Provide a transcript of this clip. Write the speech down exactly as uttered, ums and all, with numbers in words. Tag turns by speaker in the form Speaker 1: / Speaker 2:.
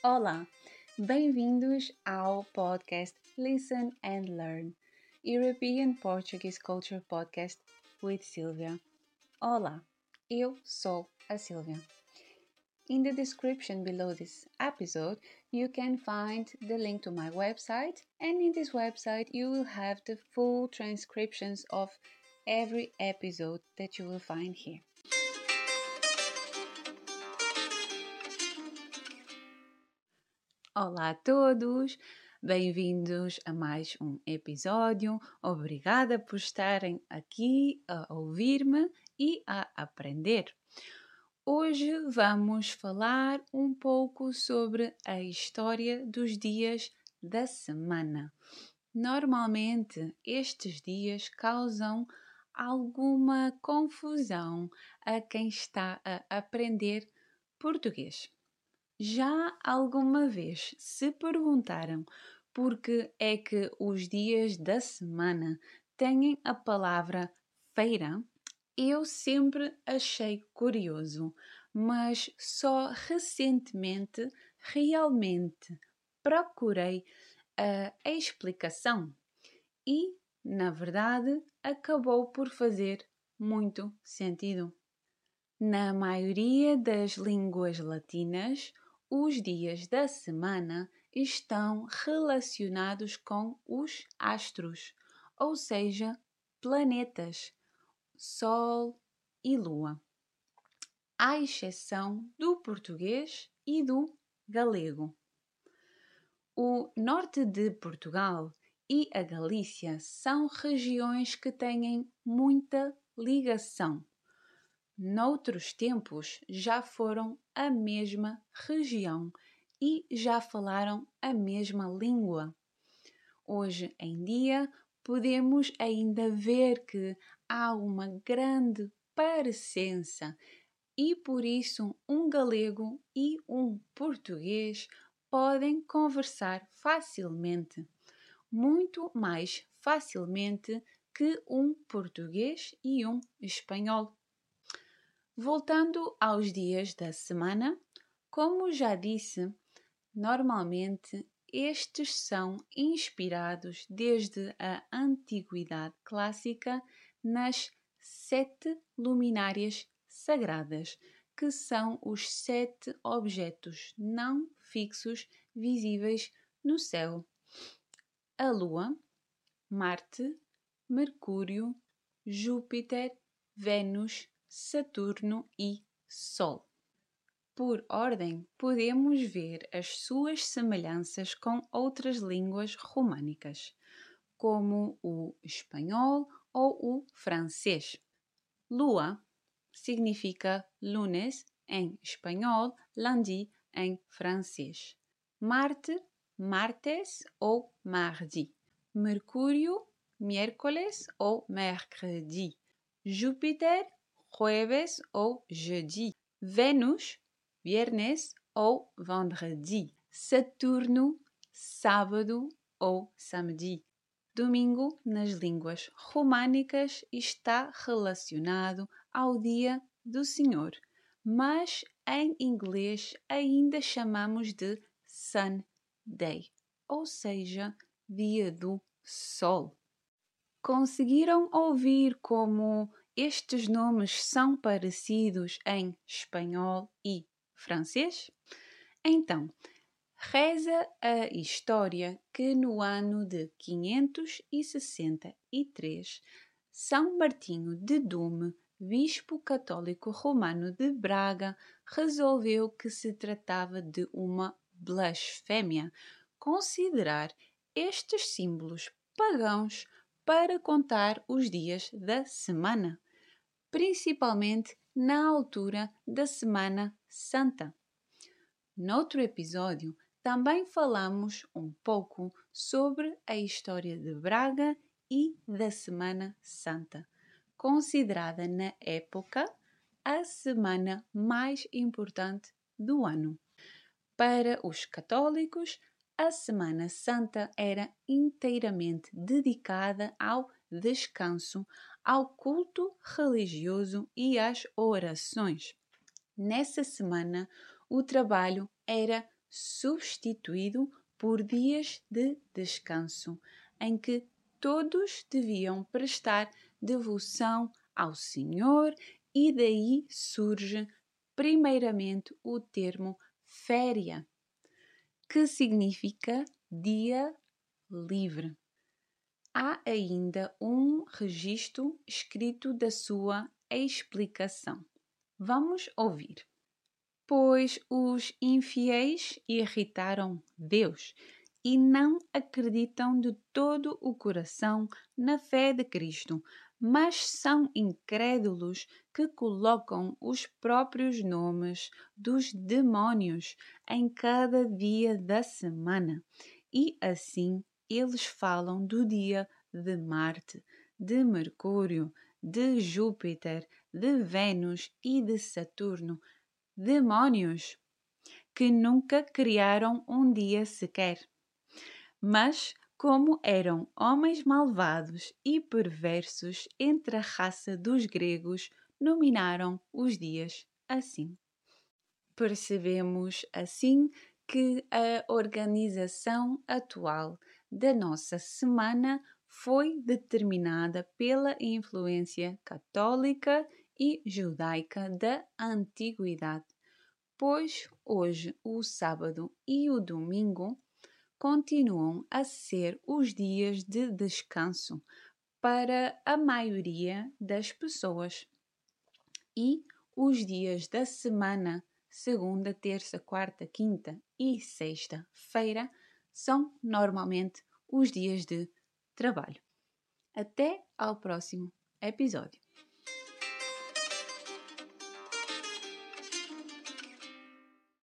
Speaker 1: Olá, bem-vindos ao podcast Listen and Learn, European Portuguese Culture Podcast with Silvia. Olá, eu sou a Silvia. In the description below this episode, you can find the link to my website, and in this website you will have the full transcriptions of every episode that you will find here. Olá a todos, bem-vindos a mais um episódio. Obrigada por estarem aqui a ouvir-me e a aprender. Hoje vamos falar um pouco sobre a história dos dias da semana. Normalmente estes dias causam alguma confusão a quem está a aprender português. Já alguma vez se perguntaram por que é que os dias da semana têm a palavra feira? Eu sempre achei curioso, mas só recentemente realmente procurei a explicação e, na verdade, acabou por fazer muito sentido. Na maioria das línguas latinas, os dias da semana estão relacionados com os astros, ou seja, planetas, Sol e Lua, à exceção do português e do galego. O norte de Portugal e a Galícia são regiões que têm muita ligação. Noutros tempos já foram a mesma região e já falaram a mesma língua. Hoje em dia podemos ainda ver que há uma grande parecença e por isso um galego e um português podem conversar facilmente, muito mais facilmente que um português e um espanhol. Voltando aos dias da semana, como já disse, normalmente estes são inspirados desde a Antiguidade Clássica nas sete luminárias sagradas, que são os sete objetos não fixos visíveis no céu: a Lua, Marte, Mercúrio, Júpiter, Vênus, Saturno e Sol. Por ordem, podemos ver as suas semelhanças com outras línguas românicas, como o espanhol ou o francês. Lua significa lunes em espanhol, lundi em francês. Marte, martes ou mardi. Mercúrio, miércoles ou mercredi. Júpiter, jueves ou jeudi. Vênus, viernes ou vendredi. Saturno, sábado ou samedi. Domingo, nas línguas românicas, está relacionado ao dia do Senhor, mas em inglês ainda chamamos de Sunday, ou seja, dia do Sol. Conseguiram ouvir como estes nomes são parecidos em espanhol e francês? Então, reza a história que no ano de quinhentos e sessenta e três, São Martinho de Dume, bispo católico romano de Braga, resolveu que se tratava de uma blasfémia considerar estes símbolos pagãos para contar os dias da semana, principalmente na altura da Semana Santa. Noutro episódio, também falamos um pouco sobre a história de Braga e da Semana Santa, considerada na época a semana mais importante do ano. Para os católicos, a Semana Santa era inteiramente dedicada ao descanso, ao culto religioso e às orações. Nessa semana, o trabalho era substituído por dias de descanso, em que todos deviam prestar devoção ao Senhor, e daí surge primeiramente o termo féria, que significa dia livre. Há ainda um registro escrito da sua explicação. Vamos ouvir. Pois os infiéis irritaram Deus e não acreditam de todo o coração na fé de Cristo, mas são incrédulos que colocam os próprios nomes dos demónios em cada dia da semana. E assim eles falam do dia de Marte, de Mercúrio, de Júpiter, de Vênus e de Saturno. Demónios que nunca criaram um dia sequer. Mas, como eram homens malvados e perversos entre a raça dos gregos, nominaram os dias assim. Percebemos assim que a organização atual da nossa semana foi determinada pela influência católica e judaica da antiguidade, pois hoje o sábado e o domingo continuam a ser os dias de descanso para a maioria das pessoas. E os dias da semana, segunda, terça, quarta, quinta e sexta-feira, são normalmente os dias de trabalho. Até ao próximo episódio.